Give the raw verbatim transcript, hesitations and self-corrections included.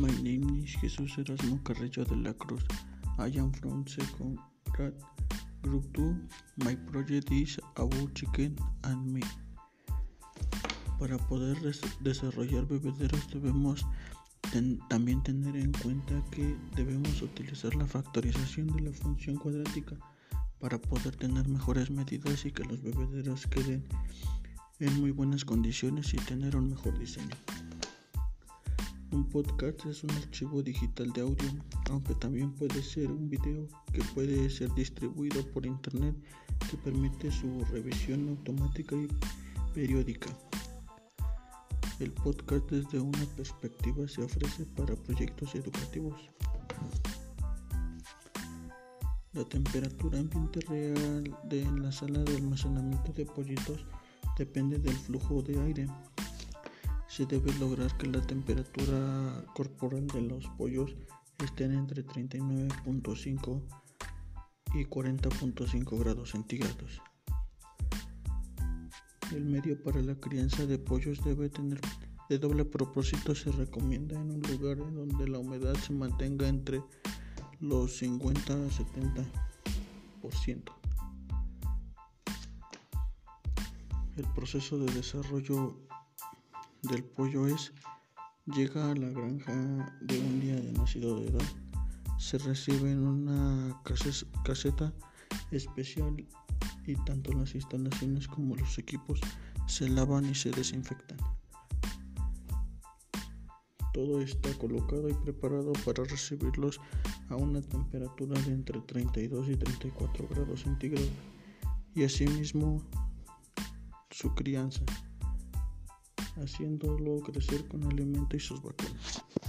My name is Jesus Erasmo Carrillo de la Cruz. I am from second grade, group two. My project is about chicken and me. Para poder des- desarrollar bebederos debemos ten- también tener en cuenta que debemos utilizar la factorización de la función cuadrática para poder tener mejores medidas y que los bebederos queden en muy buenas condiciones y tener un mejor diseño. Un podcast es un archivo digital de audio, aunque también puede ser un video que puede ser distribuido por internet, que permite su revisión automática y periódica. El podcast desde una perspectiva se ofrece para proyectos educativos. La temperatura ambiente real de la sala de almacenamiento de pollitos depende del flujo de aire. Se debe lograr que la temperatura corporal de los pollos estén entre treinta y nueve punto cinco y cuarenta punto cinco grados centígrados. El medio para la crianza de pollos debe tener de doble propósito. Se recomienda en un lugar en donde la humedad se mantenga entre los cincuenta a setenta por ciento. El proceso de desarrollo del pollo es: llega a la granja de un día de nacido de edad, se recibe en una caseta especial y tanto las instalaciones como los equipos se lavan y se desinfectan. Todo está colocado y preparado para recibirlos a una temperatura de entre treinta y dos y treinta y cuatro grados centígrados, y asimismo su crianza, haciéndolo crecer con alimento y sus vacunas.